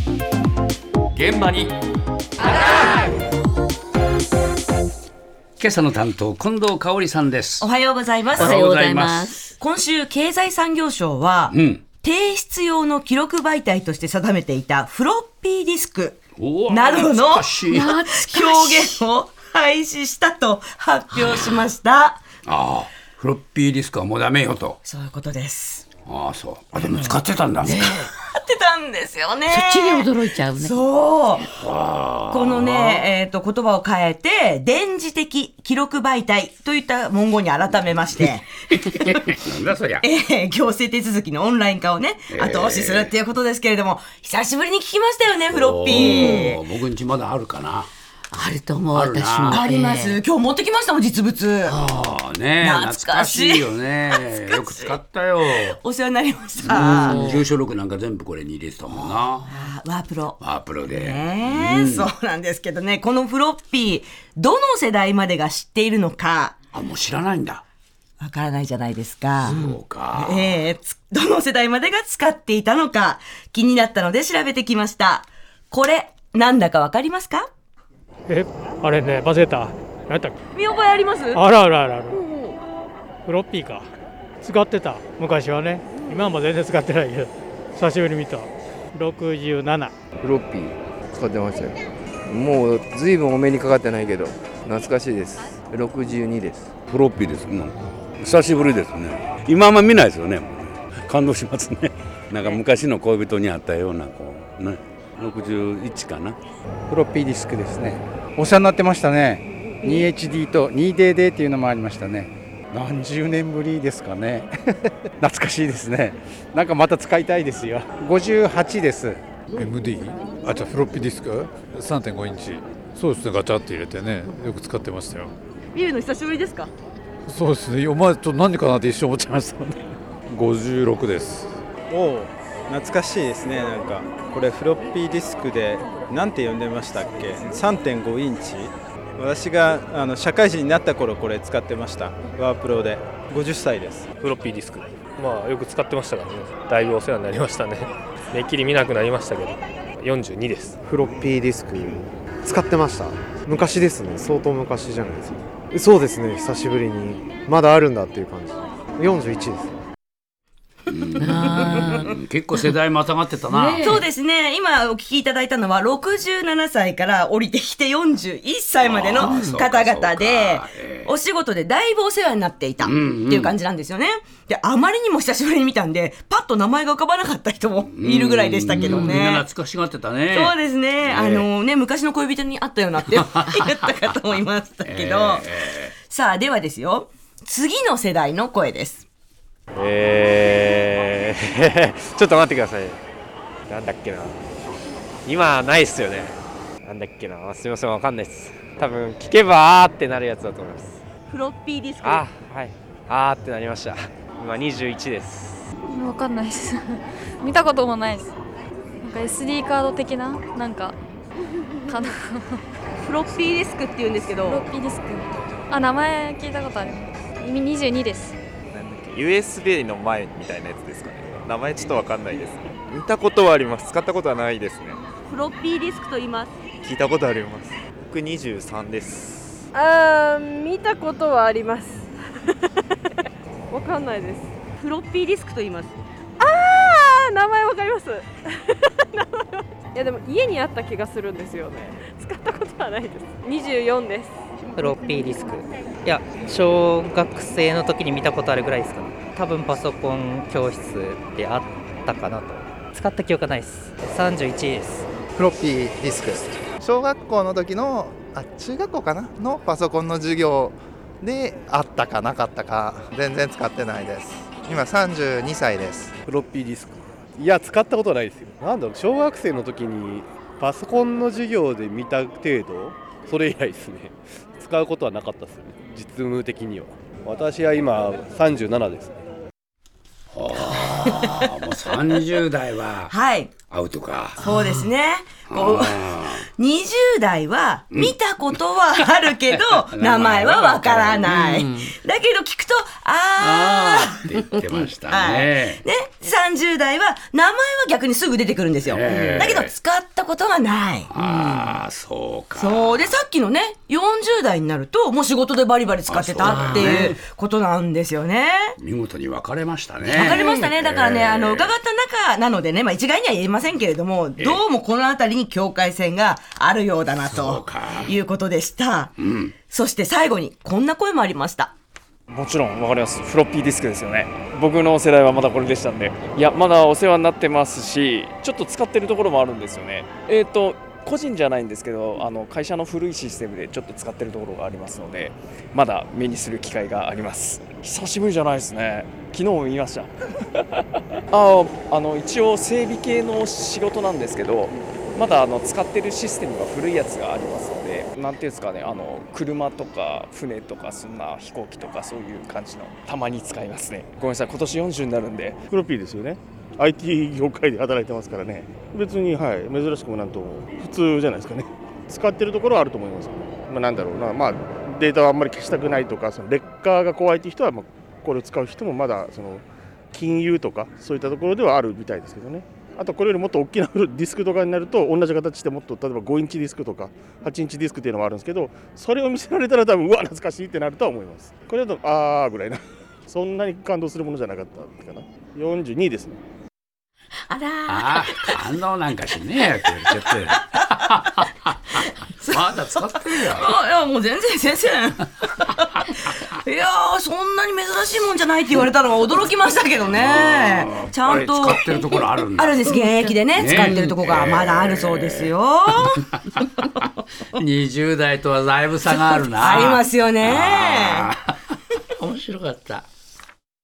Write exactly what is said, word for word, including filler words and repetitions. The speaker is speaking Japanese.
現場に今朝の担当近藤香織さんです。 おはようございます。 おはようございます。 今週経済産業省は、うん、提出用の記録媒体として定めていたフロッピーディスクなどの表現を廃止したと発表しました。 ああ、フロッピーディスクはもうダメよと。 そういうことです。 ああ、そう。あ、でも使ってたんだね。 使ってたんですよね。 そっちに驚いちゃうね。 そう。このね、えっと、言葉を変えて、電磁的記録媒体といった文言に改めまして。 なんだそりゃ。 えー、行政手続きのオンライン化をね、後押しするっていうことですけれども、久しぶりに聞きましたよね、フロッピー。 僕んちまだあるかな。 あると思う。私もあります、えー、今日持ってきましたもん、実物。 ああね、懐かしいよね。よく使ったよ。 お世話になりました。 住所録なんか全部これに入れてたもんな。 ワープロワープロで、 ね、うん、そうなんですけどね、このフロッピーどの世代までが知っているのか。 あ、もう知らないんだ。 わからないじゃないですか。 そうか、 えー、どの世代までが使っていたのか気になったので調べてきました。これなんだかわかりますか？ え、あれね、バゼータ何だっけ？ 見覚えあります？ あらあらあらあら、フロッピーか。使ってた昔はね。今はもう全然使ってないけど久しぶりに見た。ろくじゅうなな。 フロッピー使ってましたよ。もうずいぶんお目にかかってないけど懐かしいです。ろくじゅうにです。 フロッピーです。もう久しぶりですね。今あんま見ないですよね。感動しますね。なんか昔の恋人にあったようなこうね。ろくじゅういちかな。 フロッピーディスクですね。お世話になってましたね。 ツーエイチディー と ツーディーディー っていうのもありましたね。何十年ぶりですかね。懐かしいですね。なんかまた使いたいですよ。ごじゅうはちです。 エムディー？ あ、じゃあフロッピーディスク さんてんご インチ。そうですね、ガチャって入れてね、よく使ってましたよ。 見るの久しぶりですか？ そうですね、お前ちょっと何かなって一瞬思っちゃいましたね。ごじゅうろくです。 おお、懐かしいですね。なんかこれフロッピーディスクでなんて呼んでましたっけ？ さんてんご インチ。私があの社会人になった頃これ使ってました。ワープロで。ごじゅっさいです。 フロッピーディスク、まあよく使ってましたからね。だいぶお世話になりましたね。めっきり見なくなりましたけど。よんじゅうにです。 フロッピーディスク使ってました。昔ですね。相当昔じゃないですか。そうですね、久しぶりにまだあるんだっていう感じ。よんじゅういちです。 うん結構世代またがってたな、 ね、そうですね。今お聞きいただいたのはろくじゅうななさいから降りてきてよんじゅういっさいまでの方々でお仕事でだいぶお世話になっていたっていう感じなんですよね。で、あまりにも久しぶりに見たんでパッと名前が浮かばなかった人もいるぐらいでしたけどね。 みんな懐かしがってたね。 そうですね、えー、あのね、昔の恋人に会ったよなって言った方もいましたけど、えー、さあではですよ、次の世代の声です。 えー、ちょっと待ってください。なんだっけな、今ないっすよね。なんだっけな、すみません、わかんないっす。多分聞けばあーってなるやつだと思います。 フロッピーディスク。 あ、はい、あーってなりました。今にじゅういちです。 わかんないです見たこともないです。なんか エスディー カード的ななんかかなフロッピーディスクって言うんですけど。 フロッピーディスク、あ、名前聞いたことある。にじゅうにです。 ユーエスビー の前みたいなやつですかね。名前ちょっとわかんないです。見たことはあります。使ったことはないですね。 フロッピーディスクと言います。 聞いたことあります。僕にじゅうさんです。 あー、見たことはありますわかんないです。 フロッピーディスクと言います。 あー、名前わかりますいやでも家にあった気がするんですよね。使ったことはないです。にじゅうよんです。 フロッピーディスク、いや小学生の時に見たことあるぐらいですかね。多分パソコン教室であったかなと。使った記憶はないです。さんじゅういちです。 フロッピーディスク、小学校の時のあ中学校かなのパソコンの授業であったかなかったか、全然使ってないです。今さんじゅうにさいです。 フロッピーディスク、いや使ったことないですよ。なんだろう、小学生の時にパソコンの授業で見た程度、それ以来ですね。使うことはなかったですね、実務的には。私は今さんじゅうななですね。 はあ、もうさんじゅう代ははい、 アウトか。 そうですね。こうにじゅう代は見たことはあるけど、うん、名前はわからない、うん、だけど聞くとあーって言ってましたね、 はい、ねさんじゅう代は名前は逆にすぐ出てくるんですよ、えー、だけど使ったことはない。 ああ、そうか。 そうで、さっきのねよんじゅう代になるともう仕事でバリバリ使ってたっていうことなんですよね。 見事に分かれましたね。 分かれましたね。だからね、えー、あの伺った中なのでね、まあ、一概には言えませんけれども、どうもこのあたりに境界線があるようだなということでした、うん、そして最後にこんな声もありました。 もちろん分かります。フロッピーディスクですよね。僕の世代はまだこれでしたんで、いやまだお世話になってますし、ちょっと使ってるところもあるんですよね。えっと個人じゃないんですけど、あの会社の古いシステムでちょっと使ってるところがありますので、まだ目にする機会があります。久しぶりじゃないですね。昨日も見ましたああの一応整備系の仕事なんですけど、まだあの使ってるシステムが古いやつがありますので、なんていうんですかね、あの車とか船とかそんな飛行機とかそういう感じのたまに使いますね。ごめんなさい、今年よんじゅうになるんで。 フロッピーですよね。アイティー 業界で働いてますからね。別に、はい、珍しくもなんとも普通じゃないですかね。使ってるところはあると思います。まあ、なんだろうな、まあ、データをあんまり消したくないとか、その劣化が怖いっていう人は、まあ、これを使う人もまだその金融とかそういったところではあるみたいですけどね。あとこれよりもっと大きなディスクとかになると同じ形でもっと例えばごインチディスクとかはちインチディスクっていうのもあるんですけど、それを見せられたら多分うわ懐かしいってなるとは思います。これだとあーぐらいなそんなに感動するものじゃなかったかな。よんじゅうにですね。 あらあー、感動なんかしねえやって言っちゃってまだ使ってるよ。 いやもう全然先生いやーそんなに珍しいもんじゃないって言われたのは驚きましたけどね。ちゃんと使ってるところあるんだ。 あるんです。現役で ね, ね使ってるところがまだあるそうですよ、 えー、にじゅう代とはだいぶ差があるな。 ありますよね。 面白かった。